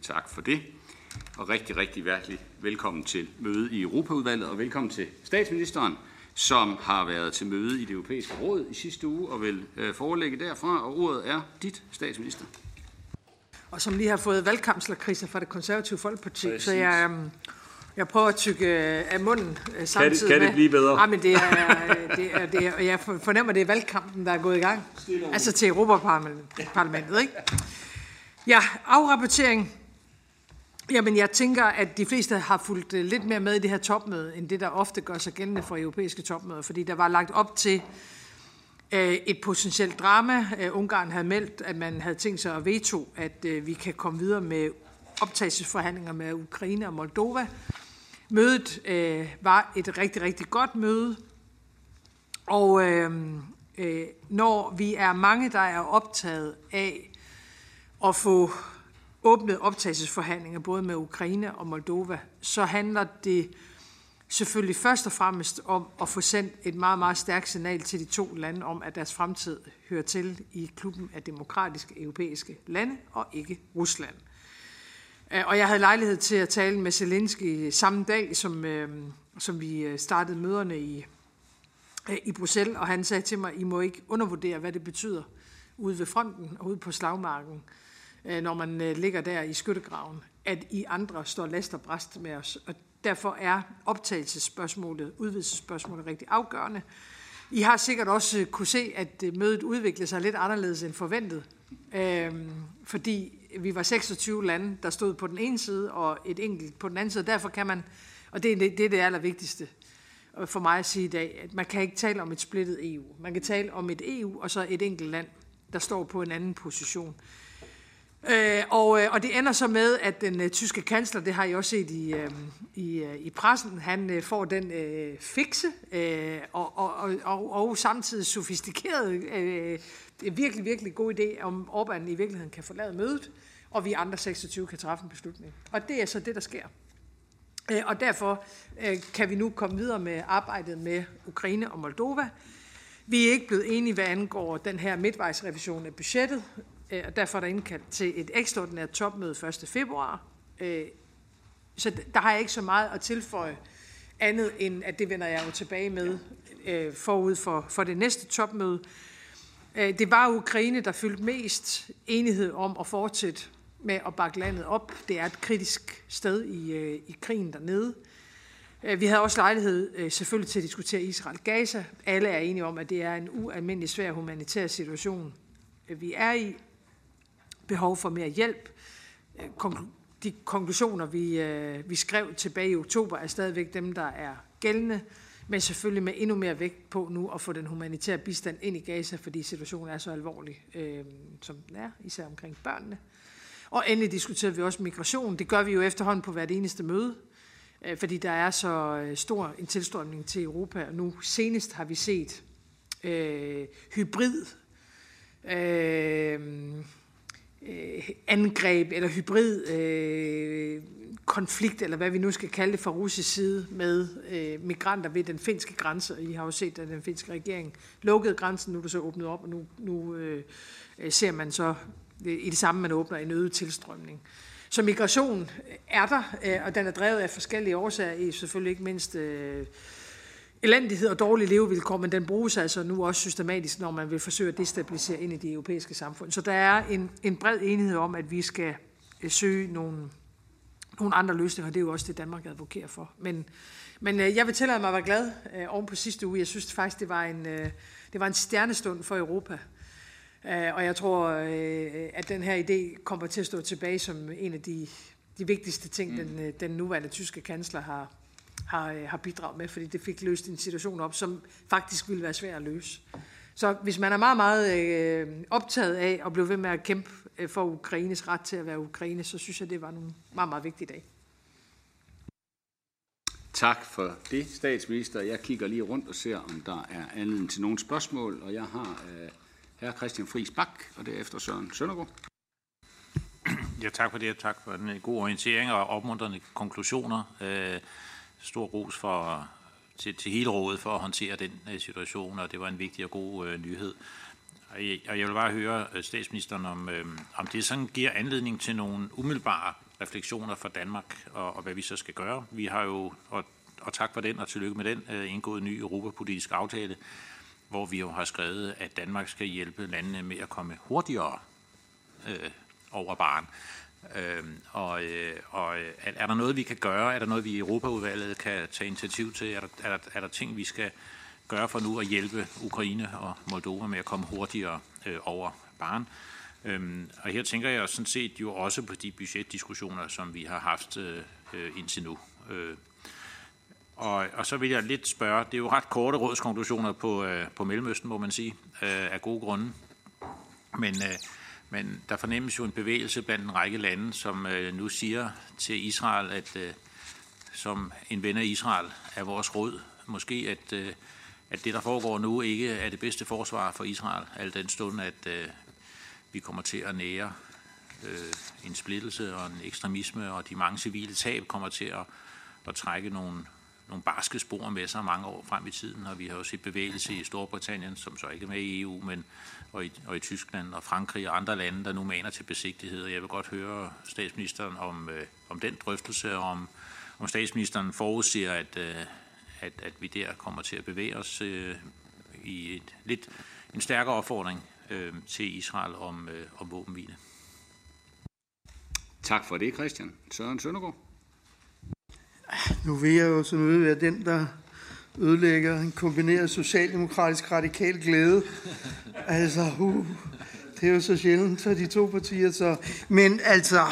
tak for det. Og rigtig, rigtig velkommen til møde i Europaudvalget, og velkommen til statsministeren, som har været til møde i det europæiske råd i sidste uge, og vil forelægge derfra, og ordet er dit, statsminister. Og som lige har fået valgkampslakridser fra det konservative Folkeparti, præcis. Så jeg prøver at tykke af munden samtidig kan det blive bedre? Ja, men det er, og jeg fornemmer, det er valgkampen, der er gået i gang. Altså til Europaparlamentet, ikke? Ja, afrapportering. Jamen, jeg tænker, at de fleste har fulgt lidt mere med i det her topmøde, end det, der ofte gør sig gældende for europæiske topmøder, fordi der var lagt op til et potentielt drama. Ungarn havde meldt, at man havde tænkt sig at veto, at vi kan komme videre med optagelsesforhandlinger med Ukraine og Moldova. Mødet var et rigtig, rigtig godt møde, og når vi er mange, der er optaget af at få åbnet optagelsesforhandlinger både med Ukraine og Moldova, så handler det selvfølgelig først og fremmest om at få sendt et meget, meget stærkt signal til de to lande om, at deres fremtid hører til i klubben af demokratiske europæiske lande og ikke Rusland. Og jeg havde lejlighed til at tale med Zelensky samme dag, som vi startede møderne i Bruxelles, og han sagde til mig, I må ikke undervurdere, hvad det betyder ude ved fronten og ude på slagmarken, når man ligger der i skyttegraven, at I andre står last og brast med os. Og derfor er optagelsesspørgsmålet, udvidelsesspørgsmålet rigtig afgørende. I har sikkert også kunne se, at mødet udviklede sig lidt anderledes end forventet, fordi vi var 26 lande, der stod på den ene side, og et enkelt på den anden side. Derfor kan man, og det er det allervigtigste for mig at sige i dag, at man kan ikke tale om et splittet EU. Man kan tale om et EU og så et enkelt land, der står på en anden position. Og det ender så med, at den tyske kansler, det har I også set i pressen, han får den fikse og samtidig sofistikeret, virkelig, virkelig god idé, om Orbán i virkeligheden kan forlade mødet, og vi andre 26 kan træffe en beslutning. Og det er så det, der sker. Og derfor kan vi nu komme videre med arbejdet med Ukraine og Moldova. Vi er ikke blevet enige, hvad angår den her midtvejsrevision af budgettet, og derfor er der indkaldt til et ekstraordinært topmøde 1. februar. Så der har jeg ikke så meget at tilføje andet, end at det vender jeg jo tilbage med forud for det næste topmøde. Det var Ukraine, der fyldte mest enighed om at fortsætte med at bakke landet op. Det er et kritisk sted i krigen dernede. Vi havde også lejlighed selvfølgelig til at diskutere Israel-Gaza. Alle er enige om, at det er en ualmindelig svær humanitær situation, vi er i. Behov for mere hjælp. De konklusioner, vi skrev tilbage i oktober, er stadigvæk dem, der er gældende, men selvfølgelig med endnu mere vægt på nu at få den humanitære bistand ind i Gaza, fordi situationen er så alvorlig, som den er, især omkring børnene. Og endelig diskuterede vi også migration. Det gør vi jo efterhånden på hvert eneste møde, fordi der er så stor en tilstrømning til Europa. Og nu senest har vi set hybrid angreb eller hybrid konflikt, eller hvad vi nu skal kalde det fra russisk side, med migranter ved den finske grænse. I har jo set, at den finske regering lukkede grænsen, nu er det så åbnet op, og nu ser man så i det samme, man åbner en øget tilstrømning. Så migration er der, og den er drevet af forskellige årsager, selvfølgelig ikke mindst elendighed og dårlige levevilkår, men den bruges altså nu også systematisk, når man vil forsøge at destabilisere ind i de europæiske samfund. Så der er en bred enighed om, at vi skal søge nogle andre løsninger, og det er jo også det, Danmark advokerer for. Men jeg vil tillade mig at være glad oven på sidste uge. Jeg synes faktisk, det var en stjernestund for Europa. Og jeg tror, at den her idé kommer til at stå tilbage som en af de vigtigste ting, den nuværende tyske kansler har bidraget med, fordi det fik løst en situation op, som faktisk ville være svær at løse. Så hvis man er meget, meget optaget af at blive ved med at kæmpe for Ukraines ret til at være Ukraine, så synes jeg, det var nogle meget, meget vigtige dage. Tak for det, statsminister. Jeg kigger lige rundt og ser, om der er anledning til nogle spørgsmål, og jeg har hr. Christian Friis Bach, og derefter Søren Søndergaard. Ja, tak for det, tak for den gode orientering og opmuntrende konklusioner. Stor ros til hele rådet for at håndtere den situation, og det var en vigtig og god nyhed. Og jeg vil bare høre statsministeren, om det sådan giver anledning til nogle umiddelbare refleksioner for Danmark og hvad vi så skal gøre. Vi har jo, og tak for den, og tillykke med den, indgået en ny europapolitisk aftale, hvor vi jo har skrevet, at Danmark skal hjælpe landene med at komme hurtigere over barren. Og er der noget, vi kan gøre? Er der noget, vi i Europaudvalget kan tage initiativ til? Er der ting, vi skal gøre for nu at hjælpe Ukraine og Moldova med at komme hurtigere over barren? Og her tænker jeg sådan set jo også på de budgetdiskussioner, som vi har haft indtil nu. Og så vil jeg lidt spørge, det er jo ret korte rådskonklusioner på Mellemøsten, må man sige, af gode grunde. Men der fornemmes jo en bevægelse blandt en række lande, som nu siger til Israel, at som en ven af Israel er vores råd, måske at det, der foregår nu, ikke er det bedste forsvar for Israel, al den stund, at vi kommer til at nære en splittelse og en ekstremisme, og de mange civile tab kommer til at trække nogle barske spor med sig mange år frem i tiden, og vi har jo set bevægelse i Storbritannien, som så ikke er med i EU, men og i Tyskland og Frankrig og andre lande, der nu maner til besigtighed. Jeg vil godt høre statsministeren om den drøftelse, og om statsministeren forudser, at vi der kommer til at bevæge os i en stærkere opfordring til Israel om våbenhvile. Tak for det, Christian. Søren Søndergaard. Nu vil jeg jo sådan være den, der ødelægger en kombineret socialdemokratisk radikal glæde. Altså, det er jo så sjældent, så de to partier så... Men altså,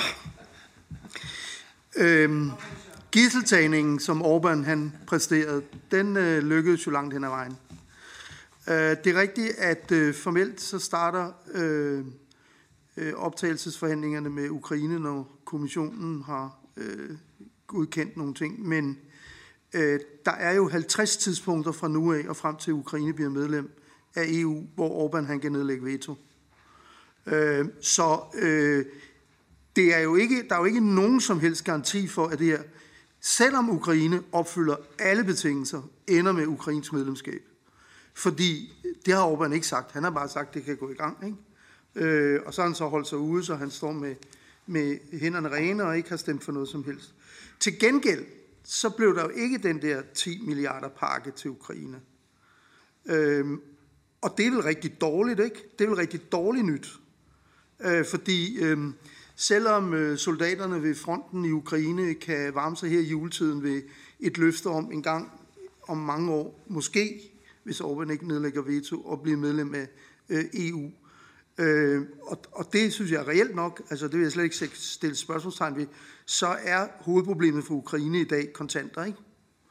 gidseltagningen, som Orbán han præsterede, den lykkedes jo langt hen ad vejen. Det er rigtigt, at formelt så starter optagelsesforhandlingerne med Ukraine, når kommissionen har udkendt nogle ting, men der er jo 50 tidspunkter fra nu af og frem til Ukraine bliver medlem af EU, hvor Orbán han kan nedlægge veto. Det er jo ikke, der er jo ikke nogen som helst garanti for, at det her, selvom Ukraine opfylder alle betingelser, ender med Ukrains medlemskab. Fordi det har Orbán ikke sagt. Han har bare sagt, at det kan gå i gang. Ikke? Og så har han så holdt sig ude, så han står med hænderne rene og ikke har stemt for noget som helst. Til gengæld, så blev der jo ikke den der 10 milliarder pakke til Ukraine. Og det er vel rigtig dårligt, ikke? Det er vel rigtig dårligt nyt. Fordi selvom soldaterne ved fronten i Ukraine kan varme sig her i juletiden ved et løfte om en gang om mange år, måske, hvis Orbán ikke nedlægger veto, og blive medlem af EU. Og det synes jeg er reelt nok, altså det vil jeg slet ikke stille spørgsmålstegn ved, så er hovedproblemet for Ukraine i dag kontanter, ikke?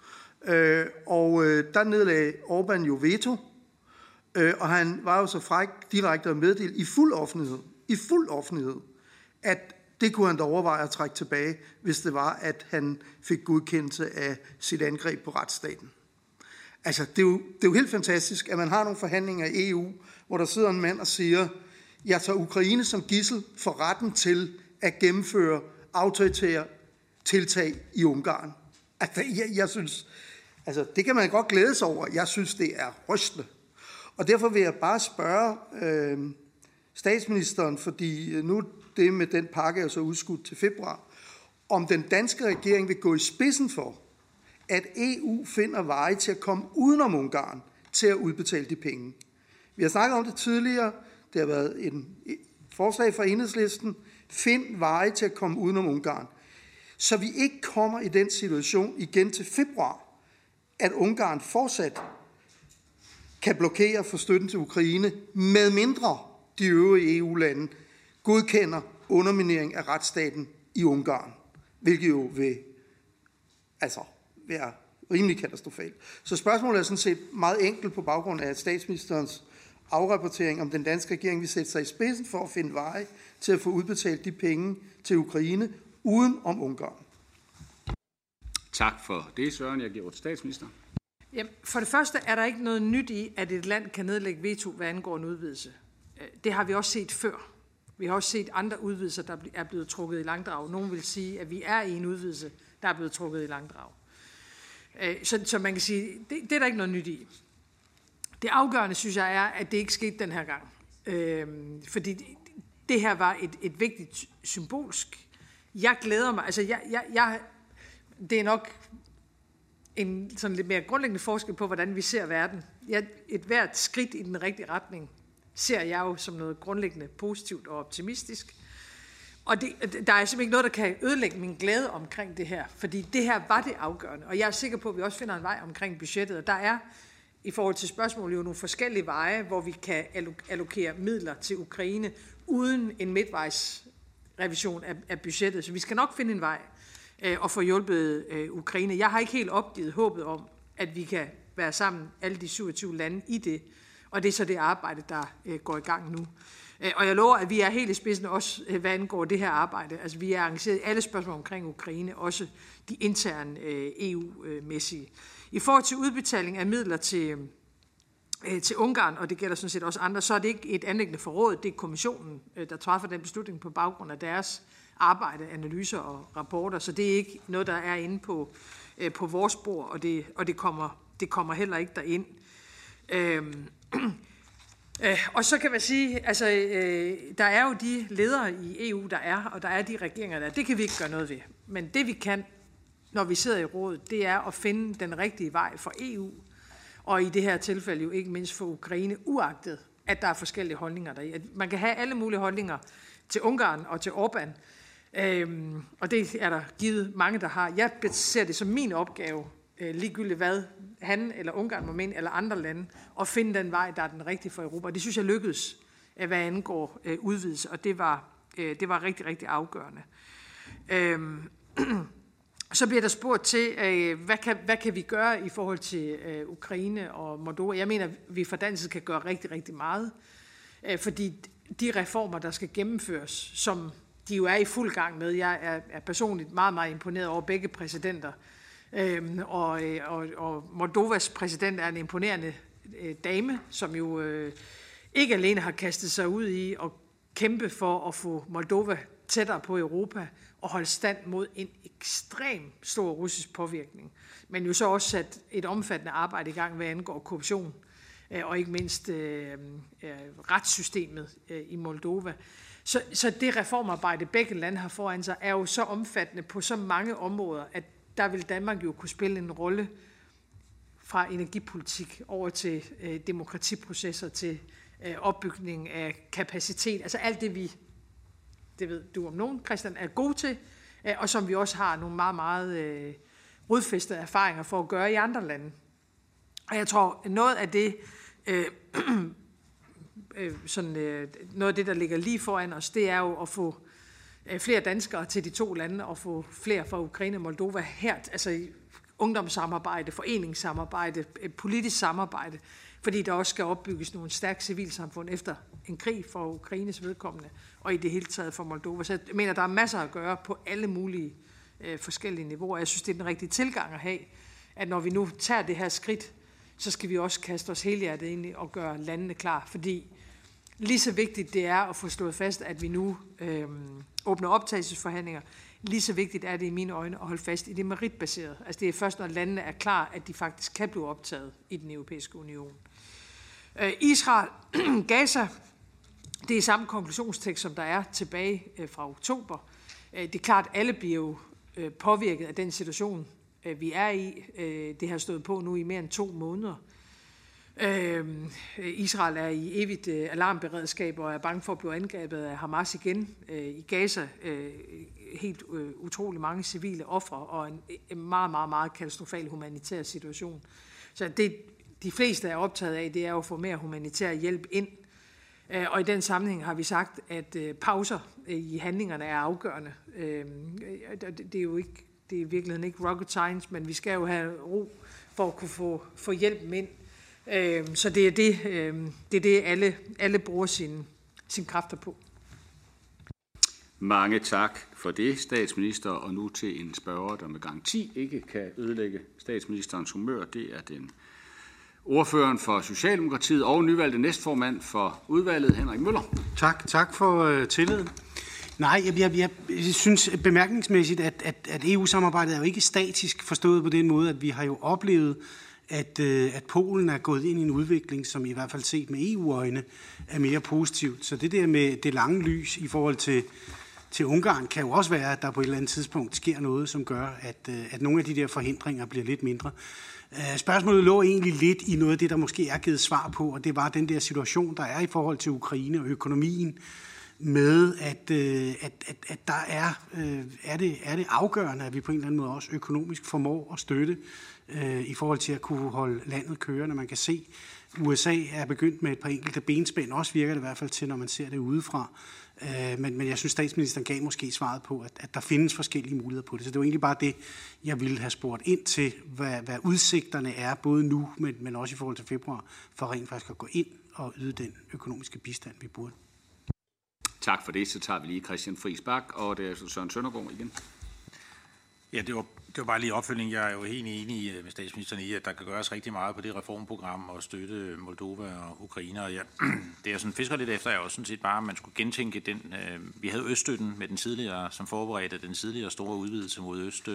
Der nedlagde Orbán jo veto, og han var jo så fræk direkte at meddele i fuld offentlighed, at det kunne han da overveje at trække tilbage, hvis det var, at han fik godkendelse af sit angreb på retsstaten. Altså, det er jo helt fantastisk, at man har nogle forhandlinger i EU, hvor der sidder en mand og siger, jeg tager Ukraine som gidsel for retten til at gennemføre autoritære tiltag i Ungarn. Altså, jeg synes, altså, det kan man godt glæde sig over. Jeg synes, det er rystende. Og derfor vil jeg bare spørge statsministeren, fordi nu det med den pakke er så udskudt til februar, om den danske regering vil gå i spidsen for, at EU finder veje til at komme udenom Ungarn til at udbetale de penge. Vi har snakket om det tidligere. Det har været et forslag fra Enhedslisten. Find veje til at komme udenom Ungarn. Så vi ikke kommer i den situation igen til februar, at Ungarn fortsat kan blokere for støtten til Ukraine, med mindre de øvrige EU-lande godkender underminering af retsstaten i Ungarn, hvilket jo vil være rimelig katastrofalt. Så spørgsmålet er sådan set meget enkelt på baggrund af statsministerens afrapportering, om den danske regering vil sætte sig i spidsen for at finde veje til at få udbetalt de penge til Ukraine uden om Ungarn. Tak for det, Søren. Jeg giver ordet til statsministeren. Jamen, for det første er der ikke noget nyt i, at et land kan nedlægge veto, hvad angår en udvidelse. Det har vi også set før. Vi har også set andre udvidelser, der er blevet trukket i langdrag. Nogen vil sige, at vi er i en udvidelse, der er blevet trukket i langdrag. Så man kan sige, det er der ikke noget nyt i. Det afgørende, synes jeg, er, at det ikke skete den her gang. Fordi det her var et vigtigt symbolsk Jeg glæder mig. Altså, det er nok en sådan lidt mere grundlæggende forskel på, hvordan vi ser verden. Et hvert skridt i den rigtige retning ser jeg jo som noget grundlæggende positivt og optimistisk. Og der er simpelthen ikke noget, der kan ødelægge min glæde omkring det her, fordi det her var det afgørende. Og jeg er sikker på, at vi også finder en vej omkring budgettet. Og der er i forhold til spørgsmålet jo nogle forskellige veje, hvor vi kan allokere midler til Ukraine uden en midtvejsrevision af budgettet. Så vi skal nok finde en vej og få hjulpet Ukraine. Jeg har ikke helt opgivet håbet om, at vi kan være sammen, alle de 27 lande, i det. Og det er så det arbejde, der går i gang nu. Og jeg lover, at vi er helt i spidsen også, hvad angår det her arbejde. Altså, vi er engageret i alle spørgsmål omkring Ukraine, også de interne EU-mæssige. I forhold til udbetaling af midler til Ungarn, og det gælder sådan set også andre, så er det ikke et anliggende for rådet, det er kommissionen, der træffer den beslutning på baggrund af deres arbejde, analyser og rapporter, så det er ikke noget, der er inde på vores bord, og det kommer heller ikke derind. Og så kan man sige, altså, der er jo de ledere i EU, der er, og der er de regeringer, der. Det kan vi ikke gøre noget ved. Men det vi kan, når vi sidder i rådet, det er at finde den rigtige vej for EU, og i det her tilfælde jo ikke mindst for Ukraine, uagtet, at der er forskellige holdninger deri. Man kan have alle mulige holdninger til Ungarn og til Orbán, og det er der givet mange, der har. Jeg ser det som min opgave, ligegyldigt hvad han eller Ungarn må mene, eller andre lande, at finde den vej, der er den rigtige for Europa. Det synes jeg lykkedes, hvad angår udvidelse, og det var rigtig, rigtig afgørende. Så bliver der spurgt til, hvad kan vi gøre i forhold til Ukraine og Moldova? Jeg mener, vi fra dansk side kan gøre rigtig, rigtig meget, fordi de reformer, der skal gennemføres, som de jo er i fuld gang med, jeg er personligt meget, meget imponeret over begge præsidenter, og Moldovas præsident er en imponerende dame, som jo ikke alene har kastet sig ud i at kæmpe for at få Moldova tættere på Europa og holde stand mod en ekstrem stor russisk påvirkning, men jo så også sat et omfattende arbejde i gang, hvad angår korruption og ikke mindst retssystemet i Moldova. Så det reformarbejde, begge lande har foran sig, er jo så omfattende på så mange områder, at der vil Danmark jo kunne spille en rolle fra energipolitik over til demokratiprocesser, til opbygning af kapacitet. Altså alt det ved du om nogen, Christian, er god til, og som vi også har nogle meget, meget rodfæstede erfaringer for at gøre i andre lande. Og jeg tror, noget af det, noget af det, der ligger lige foran os, det er jo at få flere danskere til de to lande og få flere fra Ukraine og Moldova her, altså ungdomssamarbejde, foreningssamarbejde, politisk samarbejde, fordi der også skal opbygges nogle stærke civilsamfund efter en krig for Ukraines vedkommende, og i det hele taget for Moldova. Så jeg mener, der er masser at gøre på alle mulige forskellige niveauer. Jeg synes, det er den rigtige tilgang at have, at når vi nu tager det her skridt, så skal vi også kaste os helhjertet ind i og gøre landene klar, fordi lige så vigtigt det er at få slået fast, at vi nu åbner optagelsesforhandlinger, lige så vigtigt er det i mine øjne at holde fast i det meritbaserede. Altså det er først, når landene er klar, at de faktisk kan blive optaget i den europæiske union. Israel, Gaza, det er samme konklusionstekst, som der er tilbage fra oktober. Det er klart, at alle bliver jo påvirket af den situation, vi er i. Det har stået på nu i mere end 2 måneder. Israel er i evigt alarmberedskab og er bange for at blive angrebet af Hamas igen. I Gaza helt utrolig mange civile ofre og en meget, meget, meget katastrofal humanitær situation. Så det, de fleste er optaget af, det er at få mere humanitær hjælp ind. Og i den sammenhæng har vi sagt, at pauser i handlingerne er afgørende. Det er jo ikke, det er i virkeligheden ikke rocket science, men vi skal jo have ro for at kunne få hjælpen ind. Så det er det alle bruger sine kræfter på. Mange tak for det, statsminister. Og nu til en spørger, der med garanti ikke kan ødelægge statsministerens humør. Det er den ordføreren for Socialdemokratiet og nyvalgte næstformand for udvalget, Henrik Møller. Tak for tilliden. Nej, jeg synes bemærkningsmæssigt, at EU-samarbejdet er jo ikke statisk forstået på den måde, at vi har jo oplevet, at Polen er gået ind i en udvikling, som i hvert fald set med EU-øjne er mere positivt. Så det der med det lange lys i forhold til til Ungarn, kan jo også være, at der på et eller andet tidspunkt sker noget, som gør, at nogle af de der forhindringer bliver lidt mindre. Spørgsmålet lå egentlig lidt i noget af det, der måske er givet svar på, og det var den der situation, der er i forhold til Ukraine og økonomien, med at der er det afgørende, at vi på en eller anden måde også økonomisk formår at støtte i forhold til at kunne holde landet kørende. Man kan se, USA er begyndt med et par enkelte benspænd, også virker det i hvert fald til, når man ser det udefra. Men jeg synes, statsministeren gav måske svaret på, at der findes forskellige muligheder på det. Så det var egentlig bare det, jeg ville have spurgt ind til, hvad udsigterne er, både nu, men også i forhold til februar, for rent faktisk at gå ind og yde den økonomiske bistand, vi burde. Tak for det. Så tager vi lige Christian Friis Bach, og det er Søren Søndergaard igen. Ja, det var bare lige opfølgning. Jeg er jo helt enig med statsministeren i, at der kan gøres rigtig meget på det reformprogram og støtte Moldova og Ukraine. Og det jeg sådan fisker lidt efter, er jo sådan set bare, at man skulle gentænke den. Vi havde Øststøtten med den tidligere, som forberedte den tidligere store udvidelse mod Øst,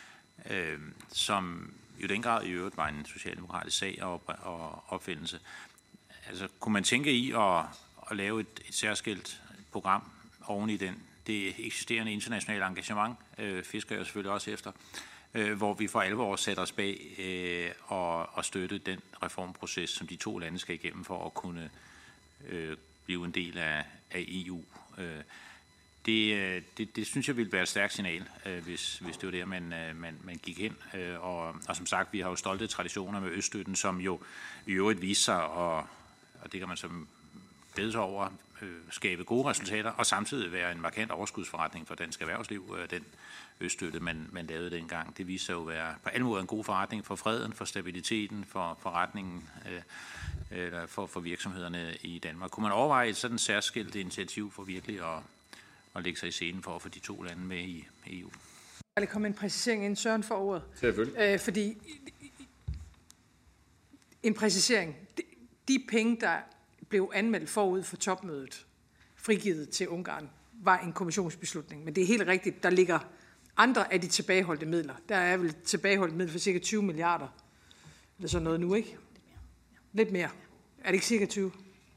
som jo den grad i øvrigt var en socialdemokratisk sag og opfindelse. Altså, kunne man tænke i at lave et særskilt program oven i det eksisterende internationale engagement, fisker jeg selvfølgelig også efter, hvor vi for alvor sætter os bag og støtte den reformproces, som de to lande skal igennem for at kunne blive en del af EU. Det synes jeg ville være et stærkt signal, hvis det var der, man gik hen. Og som sagt, vi har jo stolte traditioner med Øststøtten, som jo i øvrigt viser sig, og det kan man som glæde sig over, skabe gode resultater, og samtidig være en markant overskudsforretning for dansk erhvervsliv, den Øststøtte, man lavede dengang. Det viser sig jo at være på alle måder en god forretning for freden, for stabiliteten, for forretningen, for virksomhederne i Danmark. Kunne man overveje et sådan særskilt initiativ for virkelig at lægge sig i scenen for at få de to lande med i EU? Jeg vil komme en præcisering ind, Søren, for ordet. Selvfølgelig. Fordi en præcisering. De penge, der blev anmeldt forud for topmødet, frigivet til Ungarn, var en kommissionsbeslutning. Men det er helt rigtigt, der ligger andre af de tilbageholdte midler. Der er vel tilbageholdt midler for cirka 20 milliarder. Eller sådan noget nu, ikke? Lidt mere. Er det ikke cirka 20?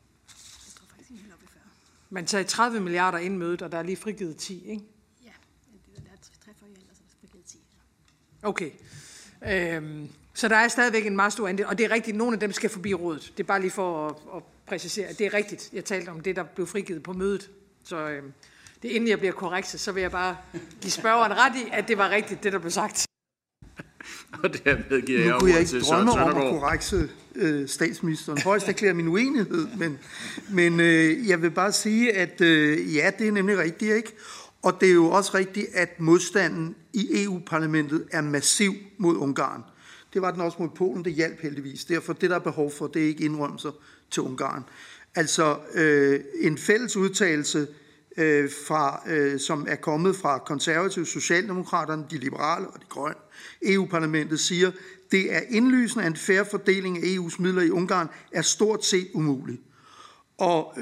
Man tager 30 milliarder ind mødet, og der er lige frigivet 10, ikke? Ja, der er 3 for i alt, og så er der frigivet 10. Okay. Så der er stadigvæk en meget stor andel, og det er rigtigt, nogle af dem skal forbi rådet. Det er bare lige for at præcisere. Det er rigtigt, jeg talte om det, der blev frigivet på mødet. Så det inden jeg bliver korrekset, så vil jeg bare give spørgeren ret i, at det var rigtigt, det der blev sagt. Og dermed giver jeg nu kunne jeg ikke til drømme om at korrekse statsministeren. Højst erklærer min uenighed, men jeg vil bare sige, at ja, det er nemlig rigtigt, ikke? Og det er jo også rigtigt, at modstanden i EU-parlamentet er massiv mod Ungarn. Det var den også mod Polen, det hjalp heldigvis. Derfor det, der er behov for, det er ikke indrømmelser til Ungarn. Altså en fælles udtalelse, som er kommet fra konservative, socialdemokraterne, de liberale og de grønne. EU-parlamentet siger, det er indlysende, at en fair fordeling af EU's midler i Ungarn er stort set umulig. Og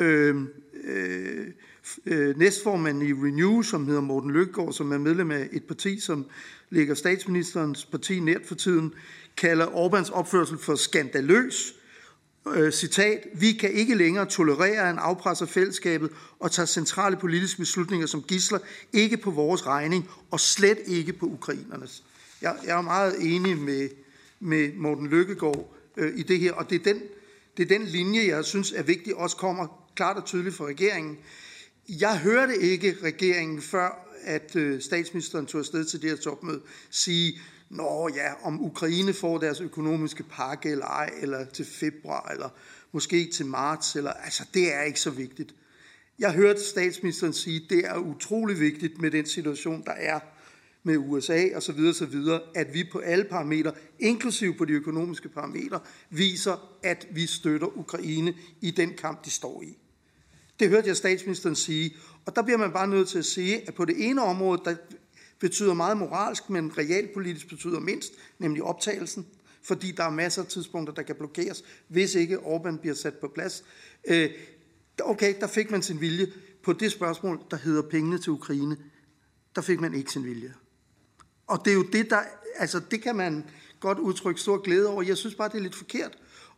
næstformanden i Renew, som hedder Morten Løkkegaard, som er medlem af et parti, som ligger statsministerens parti nært for tiden, kalder Orbáns opførsel for skandaløs. Citat, vi kan ikke længere tolerere, at en afpresser fællesskabet og tager centrale politiske beslutninger som gidsler, ikke på vores regning og slet ikke på ukrainernes. Jeg er meget enig med Morten Løkkegaard i det her, og det er den linje, jeg synes er vigtig, også kommer klart og tydeligt fra regeringen. Jeg hørte ikke regeringen, før at statsministeren tog afsted til det her topmøde, sige, nå ja, om Ukraine får deres økonomiske pakke eller ej, eller til februar, eller måske til marts, eller, altså det er ikke så vigtigt. Jeg hørte statsministeren sige, det er utrolig vigtigt med den situation, der er med USA osv., at vi på alle parametre, inklusive på de økonomiske parametre, viser, at vi støtter Ukraine i den kamp, de står i. Det hørte jeg statsministeren sige, og der bliver man bare nødt til at sige, at på det ene område, der betyder meget moralsk, men realpolitisk betyder mindst, nemlig optagelsen, fordi der er masser af tidspunkter, der kan blokeres, hvis ikke Orbán bliver sat på plads. Okay, der fik man sin vilje. På det spørgsmål, der hedder pengene til Ukraine, der fik man ikke sin vilje. Og det er jo det, der, altså det kan man godt udtrykke stor glæde over. Jeg synes bare, det er lidt forkert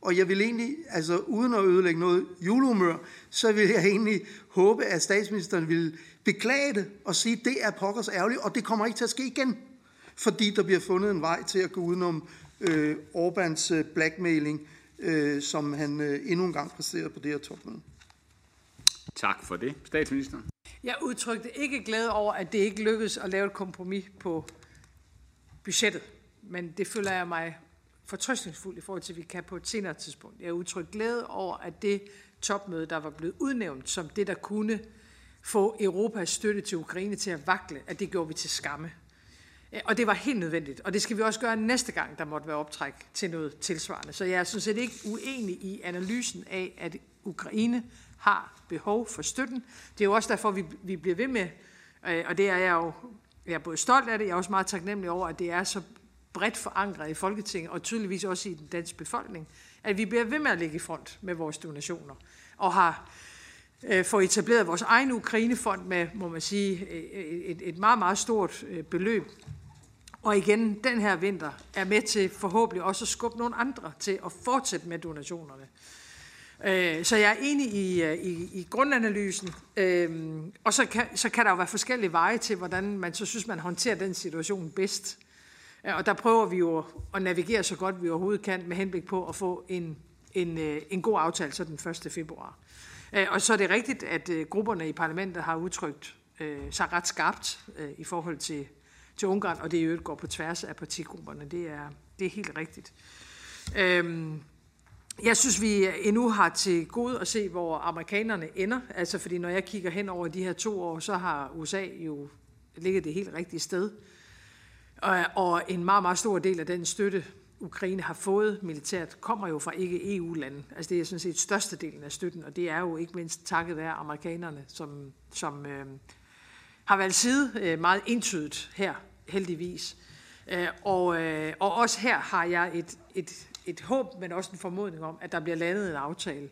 Og jeg vil egentlig, altså uden at ødelægge noget julehumør, så vil jeg egentlig håbe, at statsministeren vil beklage det og sige, at det er pokkers ærgerligt, og det kommer ikke til at ske igen, fordi der bliver fundet en vej til at gå udenom Orbáns blackmailing, som han endnu en gang præsterede på det her topmøde. Tak for det. Statsministeren. Jeg udtrykte ikke glæde over, at det ikke lykkedes at lave et kompromis på budgettet, men det føler jeg mig fortrøstningsfuld i forhold til, at vi kan på et senere tidspunkt. Jeg udtrykte glæde over, at det topmøde, der var blevet udnævnt som det, der kunne få Europas støtte til Ukraine til at vakle, at det gjorde vi til skamme. Og det var helt nødvendigt, og det skal vi også gøre næste gang, der måtte være optræk til noget tilsvarende. Så jeg er sådan set ikke uenig i analysen af, at Ukraine har behov for støtten. Det er jo også derfor, vi bliver ved med, og det er jeg er både stolt af det, jeg er også meget taknemmelig over, at det er så bredt forankret i Folketinget, og tydeligvis også i den danske befolkning, at vi bliver ved med at ligge i front med vores donationer, og har fået etableret vores egen Ukrainefond med, må man sige, et meget, meget stort beløb. Og igen, den her vinter er med til forhåbentlig også at skubbe nogle andre til at fortsætte med donationerne. Så jeg er enig i grundanalysen, og så kan der jo være forskellige veje til, hvordan man så synes, man håndterer den situation bedst. Og der prøver vi jo at navigere så godt vi overhovedet kan med henblik på at få en god aftale så den 1. februar. Og så er det rigtigt, at grupperne i parlamentet har udtrykt sig ret skarpt i forhold til Ungarn, og det i øvrigt går på tværs af partigrupperne. Det er helt rigtigt. Jeg synes, vi endnu har til gode at se, hvor amerikanerne ender. Altså, fordi når jeg kigger hen over de her 2 år, så har USA jo ligget det helt rigtige sted. Og en meget, meget stor del af den støtte, Ukraine har fået militært, kommer jo fra ikke-EU-lande. Altså det er sådan set størstedelen af støtten, og det er jo ikke mindst takket være amerikanerne, som har valgt side meget entydigt her, heldigvis. Og også her har jeg et håb, men også en formodning om, at der bliver landet en aftale.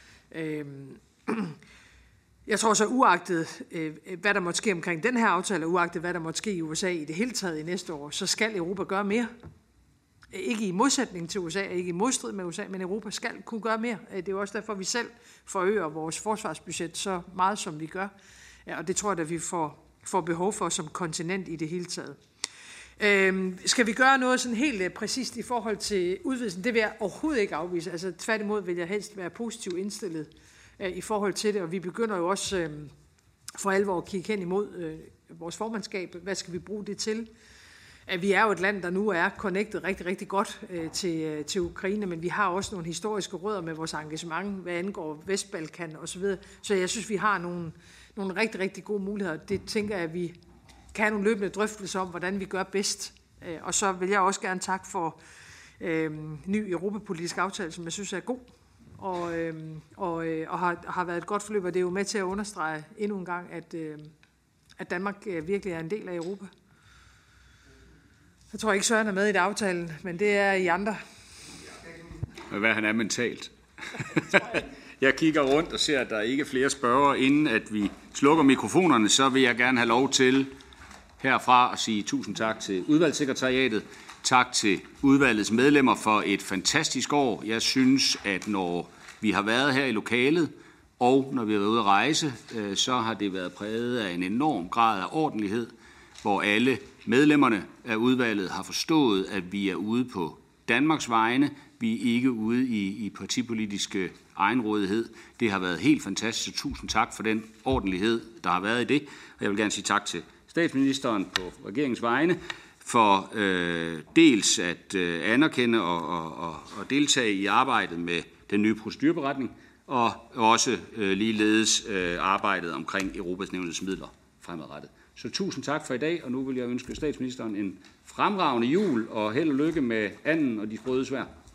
Jeg tror så uagtet, hvad der måtte ske omkring den her aftale, og uagtet hvad der måtte ske i USA i det hele taget i næste år, så skal Europa gøre mere. Ikke i modsætning til USA, ikke i modstrid med USA, men Europa skal kunne gøre mere. Det er jo også derfor, vi selv forøger vores forsvarsbudget så meget, som vi gør. Og det tror jeg, at vi får behov for som kontinent i det hele taget. Skal vi gøre noget sådan helt præcist i forhold til udvidelsen? Det vil jeg overhovedet ikke afvise. Altså tværtimod vil jeg helst være positivt indstillet i forhold til det, og vi begynder jo også for alvor at kigge hen imod vores formandskab. Hvad skal vi bruge det til? Vi er jo et land, der nu er connectet rigtig, rigtig godt til Ukraine, men vi har også nogle historiske rødder med vores engagement, hvad angår Vestbalkan osv. Så jeg synes, vi har nogle rigtig, rigtig gode muligheder. Det tænker jeg, at vi kan have nogle løbende drøftelser om, hvordan vi gør bedst. Og så vil jeg også gerne takke for ny europapolitisk aftale, som jeg synes er god og har været et godt forløb, og det er jo med til at understrege endnu en gang, at Danmark virkelig er en del af Europa. Jeg tror ikke, Søren er med i det aftalen, men det er I andre. Hvad han er mentalt. Jeg kigger rundt og ser, at der ikke er flere spørgere. Inden at vi slukker mikrofonerne, så vil jeg gerne have lov til herfra at sige tusind tak til udvalgssekretariatet. Tak til udvalgets medlemmer for et fantastisk år. Jeg synes, at når vi har været her i lokalet, og når vi har været ude at rejse, så har det været præget af en enorm grad af ordentlighed, hvor alle medlemmerne af udvalget har forstået, at vi er ude på Danmarks vegne. Vi er ikke ude i partipolitiske egenrådighed. Det har været helt fantastisk. Tusind tak for den ordentlighed, der har været i det. Og jeg vil gerne sige tak til statsministeren på regeringens vegne for dels at anerkende og deltage i arbejdet med den nye procedureberetning, og også ligeledes arbejdet omkring Europas midler fremadrettet. Så tusind tak for i dag, og nu vil jeg ønske statsministeren en fremragende jul og held og lykke med anden og de frøde svær.